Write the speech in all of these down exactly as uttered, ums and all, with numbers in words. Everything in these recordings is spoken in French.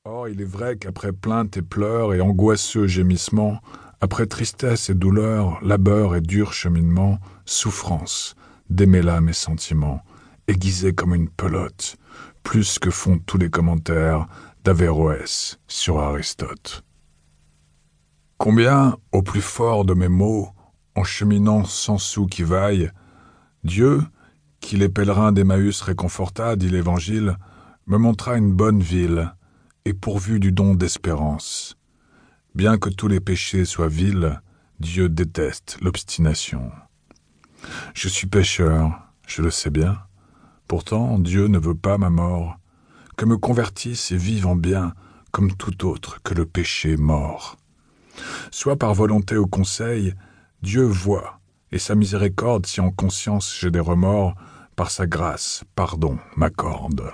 Or, il est vrai qu'après plaintes et pleurs et angoisseux gémissements, après tristesse et douleur, labeur et dur cheminement, souffrance, démêla mes sentiments, aiguisés comme une pelote, plus que font tous les commentaires d'Averroès sur Aristote. Combien, au plus fort de mes maux, en cheminant sans sou qui vaille, Dieu, qui les pèlerins d'Emmaüs réconforta, dit l'Évangile, me montra une bonne ville, et pourvu du don d'espérance. Bien que tous les péchés soient vils, Dieu déteste l'obstination. Je suis pécheur, je le sais bien. Pourtant, Dieu ne veut pas ma mort, que me convertisse et vive en bien, comme tout autre que le péché mort. Soit par volonté ou conseil, Dieu voit, et sa miséricorde, si en conscience j'ai des remords, par sa grâce, pardon, m'accorde.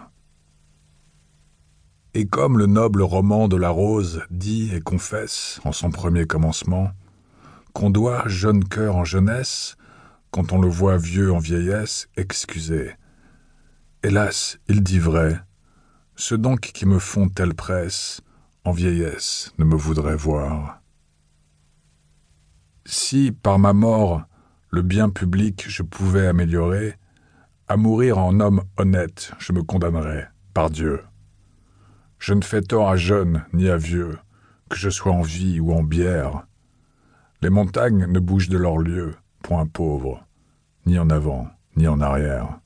Et comme le noble roman de la Rose dit et confesse, en son premier commencement, qu'on doit, jeune cœur en jeunesse, quand on le voit vieux en vieillesse, excuser. Hélas, il dit vrai, ceux donc qui me font telle presse, en vieillesse ne me voudraient voir. Si, par ma mort, le bien public je pouvais améliorer, à mourir en homme honnête je me condamnerais, par Dieu. Je ne fais tort à jeune ni à vieux, que je sois en vie ou en bière. Les montagnes ne bougent de leur lieu, point pauvre, ni en avant, ni en arrière.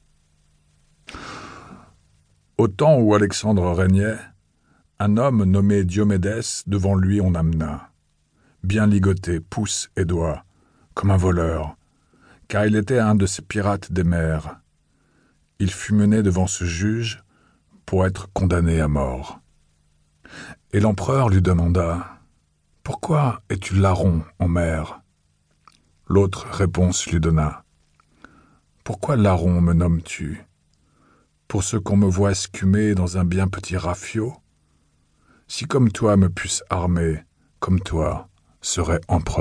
Au temps où Alexandre régnait, un homme nommé Diomédès devant lui on amena, bien ligoté, pouce et doigts, comme un voleur, car il était un de ces pirates des mers. Il fut mené devant ce juge pour être condamné à mort. Et l'empereur lui demanda « Pourquoi es-tu larron en mer ?» L'autre réponse lui donna « Pourquoi larron me nommes-tu ? Pour ce qu'on me voit scumer dans un bien petit rafio ? Si comme toi me puisse armer, comme toi serais empereur. »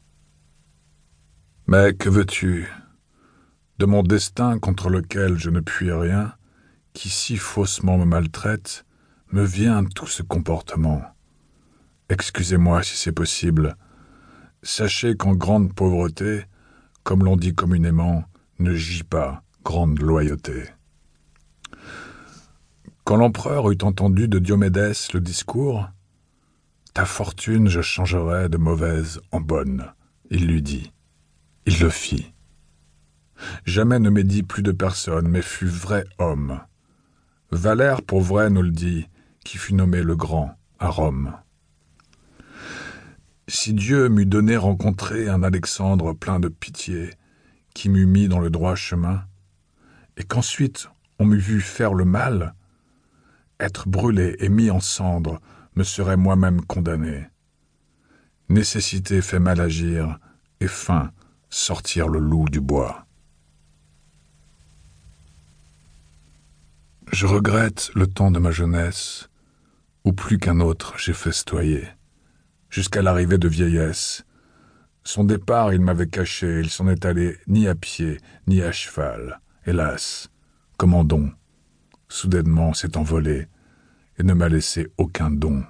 Mais que veux-tu ? De mon destin contre lequel je ne puis rien, qui si faussement me maltraite, me vient tout ce comportement. Excusez-moi si c'est possible. Sachez qu'en grande pauvreté, comme l'on dit communément, ne gît pas grande loyauté. Quand l'empereur eut entendu de Diomédès le discours, « Ta fortune je changerai de mauvaise en bonne », il lui dit. Il le fit. Jamais ne médit plus de personne, mais fut vrai homme. Valère pour vrai nous le dit, qui fut nommé le grand à Rome. Si Dieu m'eût donné rencontrer un Alexandre plein de pitié, qui m'eût mis dans le droit chemin, et qu'ensuite on m'eût vu faire le mal, être brûlé et mis en cendres me serait moi-même condamné. Nécessité fait mal agir, et faim sortir le loup du bois. Je regrette le temps de ma jeunesse, où plus qu'un autre j'ai festoyé, jusqu'à l'arrivée de vieillesse. Son départ il m'avait caché, il s'en est allé ni à pied, ni à cheval. Hélas, commandons, soudainement s'est envolé, et ne m'a laissé aucun don.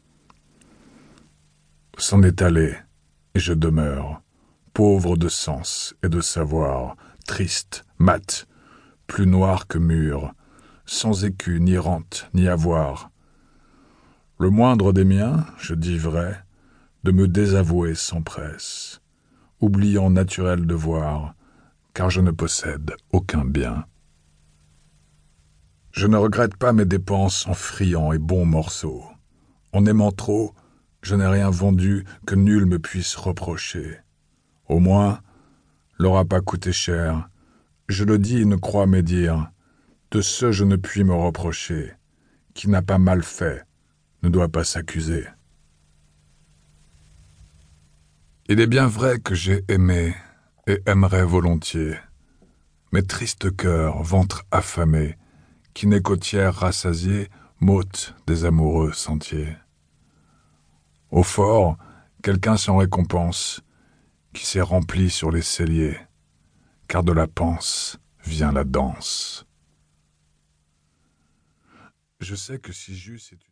S'en est allé, et je demeure, pauvre de sens et de savoir, triste, mat, plus noir que mûr, sans écu, ni rente, ni avoir. Le moindre des miens, je dis vrai, de me désavouer s'empresse, oubliant naturel devoir, car je ne possède aucun bien. Je ne regrette pas mes dépenses en friands et bons morceaux. En aimant trop, je n'ai rien vendu que nul me puisse reprocher. Au moins, l'aura pas coûté cher. Je le dis et ne crois médire. De ce je ne puis me reprocher. Qui n'a pas mal fait ne doit pas s'accuser. Il est bien vrai que j'ai aimé et aimerais volontiers. Mais triste cœur, ventre affamé, qui n'est côtière rassasiée, m'ôte des amoureux sentiers. Au fort, quelqu'un sans récompense, qui s'est rempli sur les celliers, car de la panse vient la danse. Je sais que si j'eusse